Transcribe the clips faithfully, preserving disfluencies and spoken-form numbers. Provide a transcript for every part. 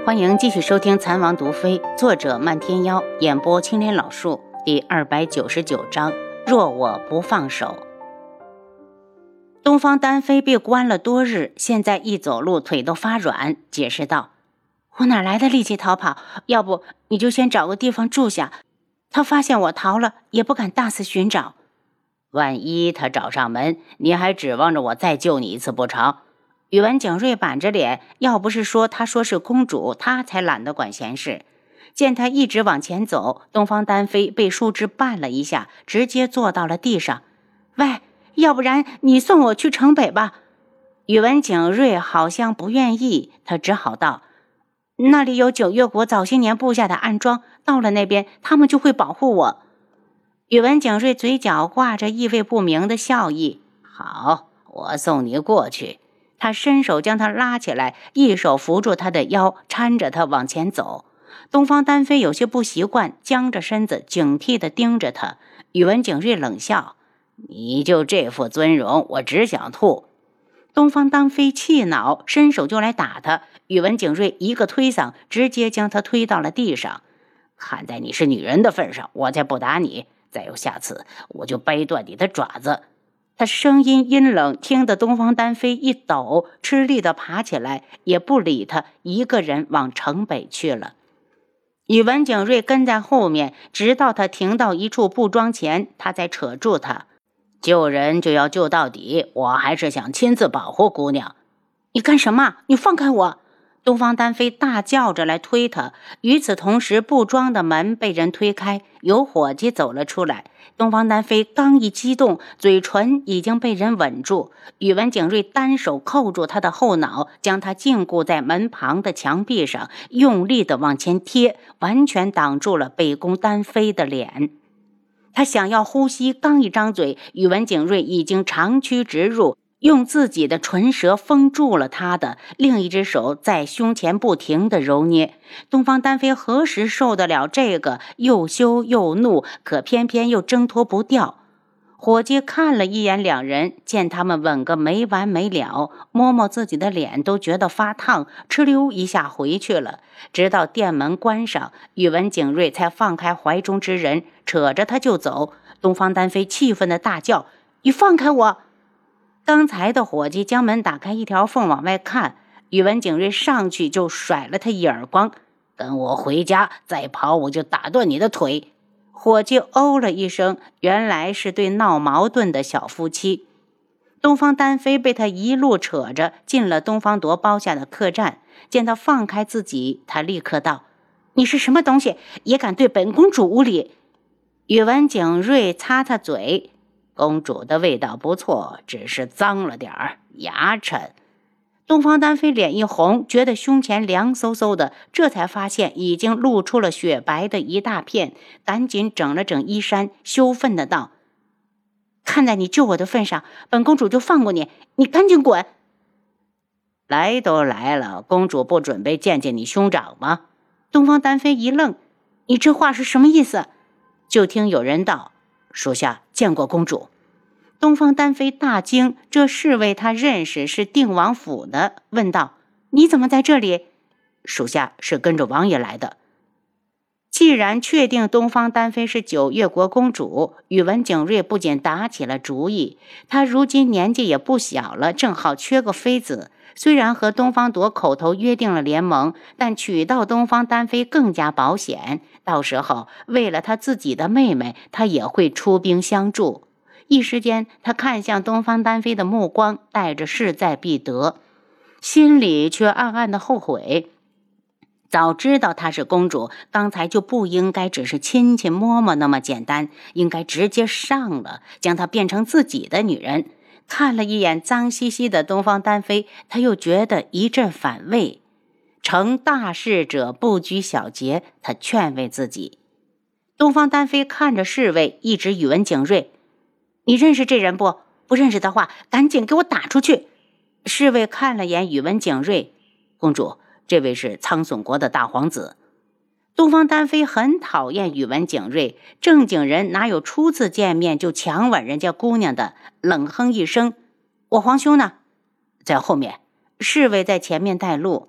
欢迎继续收听《残王毒妃》，作者漫天妖，演播青莲老树，第二百九十九章，若我不放手。东方丹妃被关了多日，现在一走路腿都发软，解释道：我哪来的力气逃跑？要不你就先找个地方住下，他发现我逃了也不敢大肆寻找。万一他找上门，你还指望着我再救你一次不成？宇文景睿板着脸，要不是说他说是公主，他才懒得管闲事。见他一直往前走，东方丹妃被树枝绊了一下，直接坐到了地上。喂，要不然你送我去城北吧。宇文景睿好像不愿意，他只好道：那里有九月国早些年布下的暗桩，到了那边他们就会保护我。宇文景睿嘴角挂着意味不明的笑意。好，我送你过去。他伸手将他拉起来，一手扶住他的腰，搀着他往前走。东方丹妃有些不习惯，僵着身子警惕地盯着他。宇文景睿冷笑：你就这副尊容，我只想吐。东方丹妃气恼，伸手就来打他。宇文景睿一个推搡，直接将他推到了地上。看在你是女人的份上，我才不打你，再有下次我就掰断你的爪子。他声音阴冷，听得东方丹妃一抖，吃力地爬起来，也不理他，一个人往城北去了。宇文景睿跟在后面，直到他停到一处布庄前，他才扯住他。救人就要救到底，我还是想亲自保护姑娘。你干什么？你放开我！东方丹妃大叫着来推他。与此同时，布庄的门被人推开，有伙计走了出来。东方丹妃刚一激动，嘴唇已经被人吻住。宇文景睿单手扣住他的后脑，将他禁锢在门旁的墙壁上，用力地往前贴，完全挡住了北宫丹妃的脸。他想要呼吸，刚一张嘴，宇文景睿已经长驱直入，用自己的唇舌封住了他的，另一只手在胸前不停地揉捏。东方丹妃何时受得了这个，又羞又怒，可偏偏又挣脱不掉。伙计看了一眼两人，见他们吻个没完没了，摸摸自己的脸都觉得发烫，哧溜一下回去了。直到店门关上，宇文景睿才放开怀中之人，扯着他就走。东方丹妃气愤地大叫：你放开我！刚才的伙计将门打开一条缝往外看，宇文景睿上去就甩了他一耳光：跟我回家，再跑我就打断你的腿。伙计哦了一声，原来是对闹矛盾的小夫妻。东方丹妃被他一路扯着进了东方铎包下的客栈，见他放开自己，他立刻道：你是什么东西，也敢对本公主无礼？宇文景睿擦擦嘴：公主的味道不错，只是脏了点儿，牙碜。东方丹妃脸一红，觉得胸前凉飕飕的，这才发现已经露出了雪白的一大片，赶紧整了整衣衫，羞愤的道：看在你救我的份上，本公主就放过你，你赶紧滚！来都来了，公主不准备见见你兄长吗？东方丹妃一愣：你这话是什么意思？就听有人道：属下见过公主。东方丹妃大惊，这侍卫他认识，是定王府的，问道：你怎么在这里？属下是跟着王爷来的。既然确定东方丹妃是九月国公主，宇文景睿不仅打起了主意。他如今年纪也不小了，正好缺个妃子。虽然和东方铎口头约定了联盟，但娶到东方丹妃更加保险。到时候为了他自己的妹妹，他也会出兵相助。一时间，他看向东方丹妃的目光带着势在必得，心里却暗暗的后悔。早知道她是公主，刚才就不应该只是亲亲摸摸那么简单，应该直接上了，将她变成自己的女人。看了一眼脏兮兮的东方丹妃，他又觉得一阵反胃。成大事者不拘小节，他劝慰自己。东方丹妃看着侍卫，一直宇文景睿：你认识这人不？不认识的话，赶紧给我打出去。侍卫看了眼宇文景睿：公主，这位是苍隼国的大皇子。东方丹妃很讨厌宇文景睿，正经人哪有初次见面就强吻人家姑娘的？冷哼一声：我皇兄呢？在后面。侍卫在前面带路。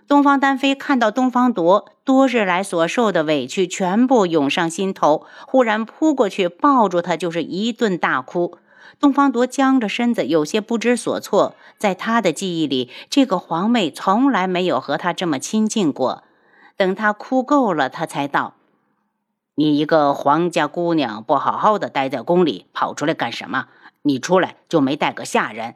东方丹飞看到东方铎多日来所受的委屈全部涌上心头，忽然扑过去抱住他就是一顿大哭。东方铎僵着身子，有些不知所措。在他的记忆里，这个皇妹从来没有和他这么亲近过。等他哭够了，他才道：你一个皇家姑娘，不好好的待在宫里，跑出来干什么？你出来就没带个下人？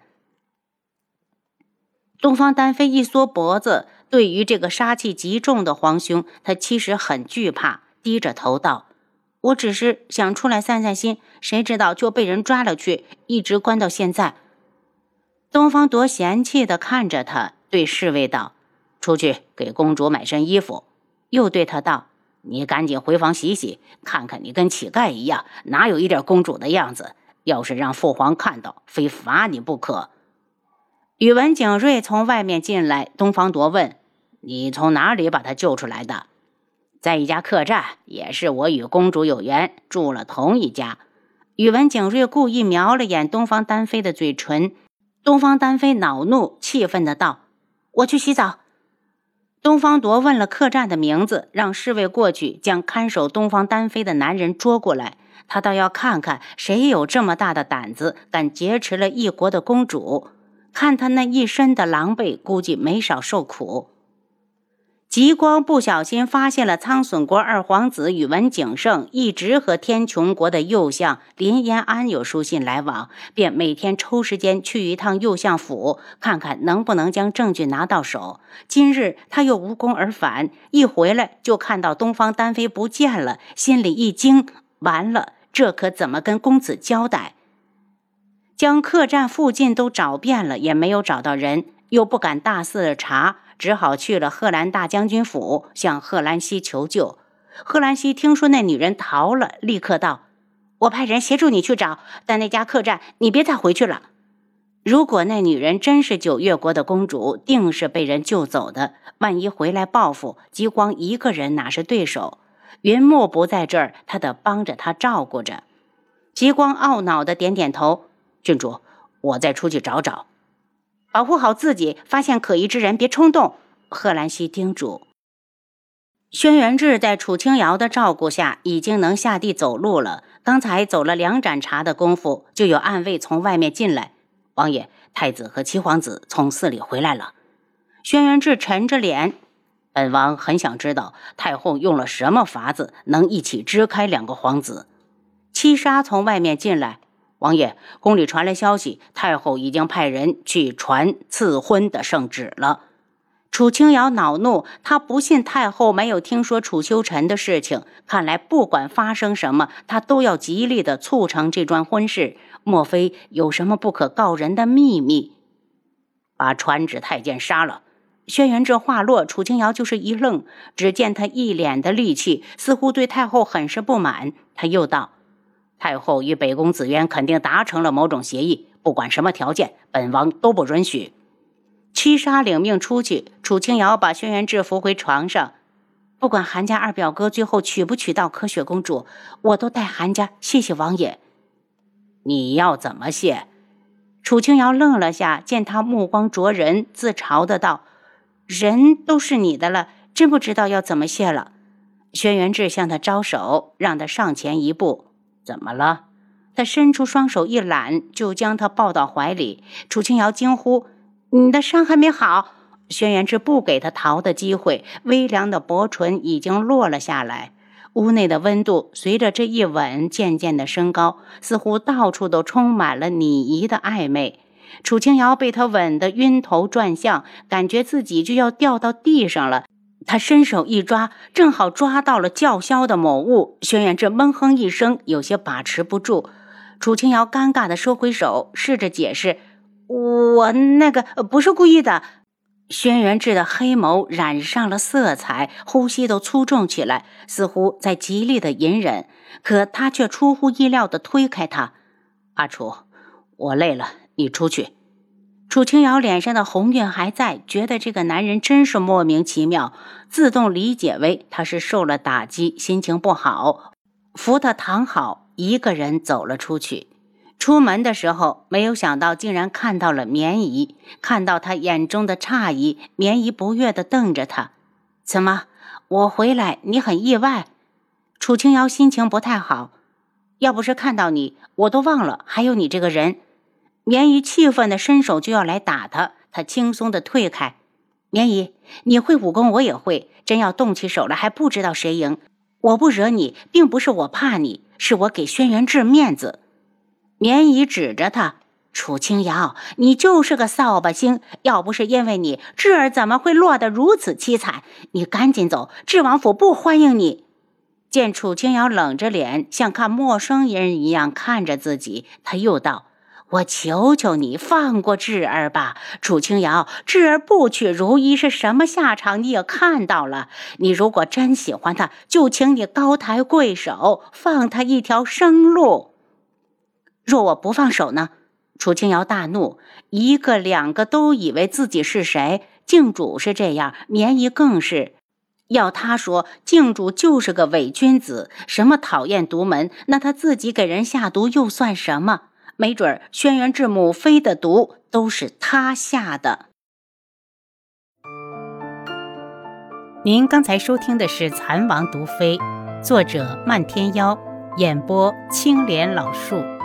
东方丹飞一缩脖子，对于这个杀气极重的皇兄，他其实很惧怕，低着头道：我只是想出来散散心，谁知道就被人抓了去，一直关到现在。东方铎嫌弃地看着他，对侍卫道：出去给公主买身衣服。又对他道：你赶紧回房洗洗，看看你跟乞丐一样，哪有一点公主的样子？要是让父皇看到，非罚你不可。宇文景睿从外面进来，东方铎问：你从哪里把他救出来的？在一家客栈，也是我与公主有缘，住了同一家。宇文景睿故意瞄了眼东方丹飞的嘴唇，东方丹飞恼怒，气愤的道：我去洗澡。东方铎问了客栈的名字，让侍卫过去将看守东方丹飞的男人捉过来。他倒要看看谁有这么大的胆子，敢劫持了一国的公主。看他那一身的狼狈，估计没少受苦。极光不小心发现了苍隼国二皇子宇文景盛一直和天穹国的右相林延安有书信来往，便每天抽时间去一趟右相府，看看能不能将证据拿到手。今日他又无功而返，一回来就看到东方丹飞不见了，心里一惊，完了，这可怎么跟公子交代？将客栈附近都找遍了，也没有找到人，又不敢大肆的查，只好去了贺兰大将军府，向贺兰溪求救。贺兰溪听说那女人逃了，立刻道：我派人协助你去找，但那家客栈你别再回去了。如果那女人真是九月国的公主，定是被人救走的，万一回来报复，极光一个人哪是对手？云木不在这儿，他得帮着他照顾着。极光懊恼的点点头：郡主，我再出去找找。保护好自己，发现可疑之人别冲动。贺兰溪叮嘱。轩辕志在楚清瑶的照顾下已经能下地走路了，刚才走了两盏茶的功夫，就有暗卫从外面进来。王爷，太子和七皇子从寺里回来了。轩辕志沉着脸：本王很想知道太后用了什么法子能一起支开两个皇子。七杀从外面进来：王爷，宫里传来消息，太后已经派人去传赐婚的圣旨了。楚清瑶恼怒，她不信太后没有听说楚修臣的事情，看来不管发生什么，她都要极力的促成这桩婚事。莫非有什么不可告人的秘密？把传旨太监杀了。轩辕志话落，楚清瑶就是一愣，只见他一脸的戾气，似乎对太后很是不满。他又道：太后与北宫紫渊肯定达成了某种协议，不管什么条件，本王都不允许。七杀领命出去，楚清瑶把轩辕志扶回床上。不管韩家二表哥最后娶不娶到柯雪公主，我都代韩家谢谢王爷。你要怎么谢？楚清瑶愣了下，见他目光灼人，自嘲的道：人都是你的了，真不知道要怎么谢了。轩辕志向他招手，让他上前一步。怎么了？他伸出双手一揽，就将他抱到怀里。楚清瑶惊呼：你的伤还没好。轩辕志不给他逃的机会，微凉的薄唇已经落了下来。屋内的温度随着这一吻渐渐的升高，似乎到处都充满了拟仪的暧昧。楚清瑶被他吻得晕头转向，感觉自己就要掉到地上了。他伸手一抓，正好抓到了叫嚣的某物。轩辕志闷哼一声，有些把持不住。楚清瑶尴尬地收回手，试着解释：我那个不是故意的。轩辕志的黑眸染上了色彩，呼吸都粗重起来，似乎在极力的隐忍，可他却出乎意料地推开他。阿楚，我累了，你出去。楚清瑶脸上的红晕还在，觉得这个男人真是莫名其妙，自动理解为他是受了打击，心情不好，扶他躺好，一个人走了出去。 出门的时候，没有想到竟然看到了绵姨，看到他眼中的诧异，绵姨不悦地瞪着他。怎么，我回来你很意外？楚清瑶心情不太好，要不是看到你，我都忘了还有你这个人。绵姨气愤地伸手就要来打他，他轻松地退开。绵姨，你会武功，我也会，真要动起手来还不知道谁赢。我不惹你，并不是我怕你，是我给轩辕志面子。绵姨指着他，楚清瑶，你就是个扫把星，要不是因为你，智儿怎么会落得如此凄惨？你赶紧走，智王府不欢迎你。见楚清瑶冷着脸，像看陌生人一样看着自己，他又道，我求求你放过智儿吧，楚清瑶，智儿不娶如意是什么下场你也看到了，你如果真喜欢他，就请你高抬贵手，放他一条生路。若我不放手呢？楚清瑶大怒，一个两个都以为自己是谁，靖主是这样，绵姨更是。要他说，靖主就是个伪君子，什么讨厌独门，那他自己给人下毒又算什么？没准轩辕志母妃的毒都是他下的。您刚才收听的是《蚕王毒妃》，作者漫天妖，演播青莲老树。